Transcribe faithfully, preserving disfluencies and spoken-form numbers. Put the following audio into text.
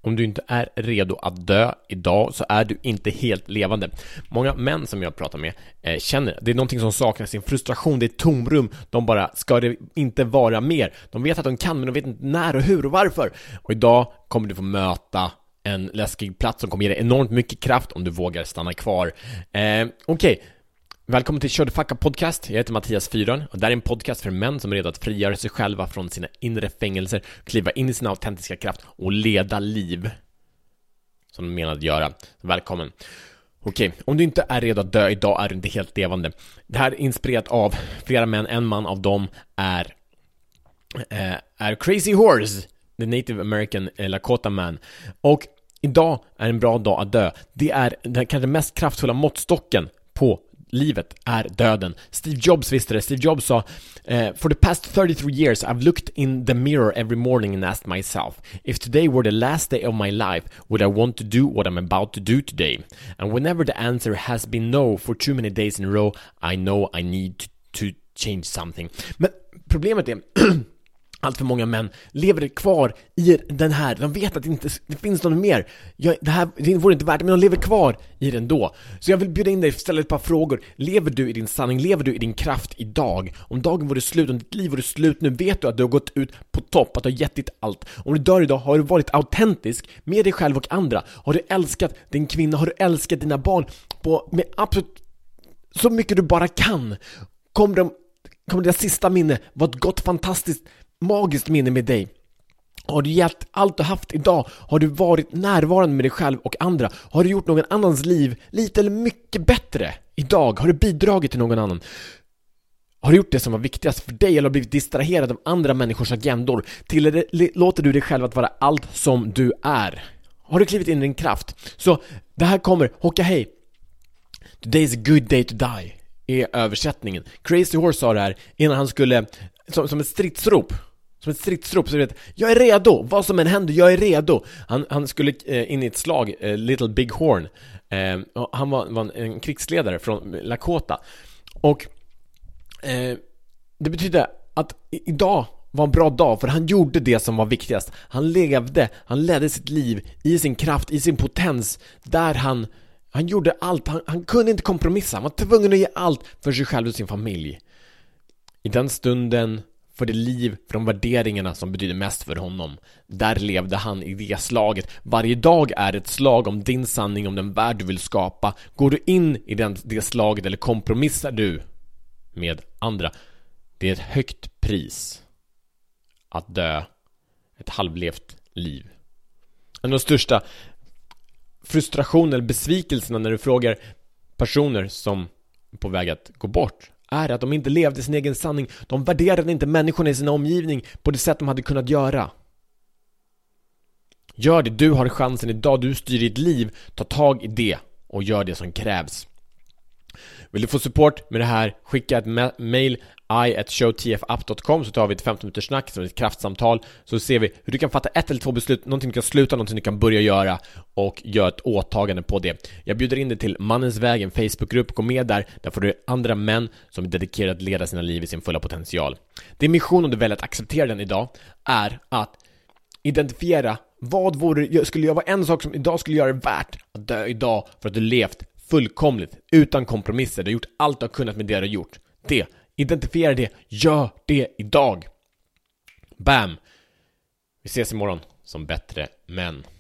Om du inte är redo att dö idag så är du inte helt levande. Många män som jag pratar med eh, känner det är någonting som saknas, sin frustration, det är tomrum. De bara, ska det inte vara mer? De vet att de kan, men de vet inte när och hur och varför. Och idag kommer du få möta en läskig plats som kommer ge dig enormt mycket kraft om du vågar stanna kvar. Eh, Okej. Okay. Välkommen till Kör the Fuck Up podcast. Jag heter Mattias Fyron och det här är en podcast för män som är redo att frigöra sig själva från sina inre fängelser, kliva in i sin autentiska kraft och leda liv som de menar att göra. Välkommen. Okej, om du inte är redo att dö idag är du inte helt levande. Det här är inspirerat av flera män. En man av dem är eh, är Crazy Horse, the Native American eh, Lakota man. Och idag är en bra dag att dö. Det är den kanske mest kraftfulla måttstocken på livet är döden. Steve Jobs visste det. Steve Jobs sa uh, For the past thirty-three years I've looked in the mirror every morning and asked myself if today were the last day of my life, would I want to do what I'm about to do today? And whenever the answer has been no for too many days in a row, I know I need to, to change something. Men problemet är allt för många män lever kvar i den här. De vet att det inte det finns någon mer. Jag, det här det vore inte värt det, men de lever kvar i den då. Så jag vill bjuda in dig och ställa ett par frågor. Lever du i din sanning? Lever du i din kraft idag? Om dagen vore slut, om ditt liv vore slut nu, vet du att du har gått ut på topp, att du har gett ditt allt. Om du dör idag, har du varit autentisk med dig själv och andra? Har du älskat din kvinna? Har du älskat dina barn på, med absolut så mycket du bara kan? Kommer de kommer det sista minne vara ett gott, fantastiskt, magiskt minne med dig? Har du gett allt du haft idag? Har du varit närvarande med dig själv och andra? Har du gjort någon annans liv lite eller mycket bättre idag? Har du bidragit till någon annan? Har du gjort det som var viktigast för dig, eller har blivit distraherad av andra människors agendor? Till låter du dig själv att vara allt som du är? Har du klivit in i din kraft? Så det här kommer, hocka hej. Today is a good day to die är översättningen. Crazy Horse sa det här innan han skulle som, som ett stridsrop. Som ett stridsrop så vet jag är redo, vad som än händer, jag är redo. Han, han skulle eh, in i ett slag, eh, Little Big Horn. eh, Han var, var en, en krigsledare från Lakota. Och eh, det betyder att idag var en bra dag, för han gjorde det som var viktigast. Han levde, han ledde sitt liv i sin kraft, i sin potens. Där han Han gjorde allt, han, han kunde inte kompromissa. Han var tvungen att ge allt för sig själv och sin familj. I den stunden, för det liv, för de värderingarna som betyder mest för honom, där levde han i det slaget. Varje dag är ett slag om din sanning, om den värld du vill skapa. Går du in i den, det slaget eller kompromissar du med andra? Det är ett högt pris att dö ett halvlevt liv. En av de största frustrationen eller besvikelserna när du frågar personer som är på väg att gå bort är att de inte levde sin egen sanning. De värderade inte människorna i sin omgivning på det sätt de hade kunnat göra. Gör det, du har chansen idag, du styr ditt liv. Ta tag i det och gör det som krävs. Vill du få support med det här, skicka ett ma- mail i at show t f app dot com, så tar vi ett femton minuters snack som ett kraftsamtal, så ser vi hur du kan fatta ett eller två beslut, någonting du kan sluta, någonting du kan börja göra och göra ett åtagande på det. Jag bjuder in dig till Mannens väg, en Facebookgrupp. Gå med där, där får du andra män som är dedikerade att leda sina liv i sin fulla potential. Din mission, om du väljer att acceptera den idag, är att identifiera vad vore, skulle jag vara en sak som idag skulle göra det värt att dö idag, för att du levt fullkomligt, utan kompromisser. Du har gjort allt du har kunnat med det du har gjort. Det, identifiera det, gör det idag. Bam! Vi ses imorgon som bättre män.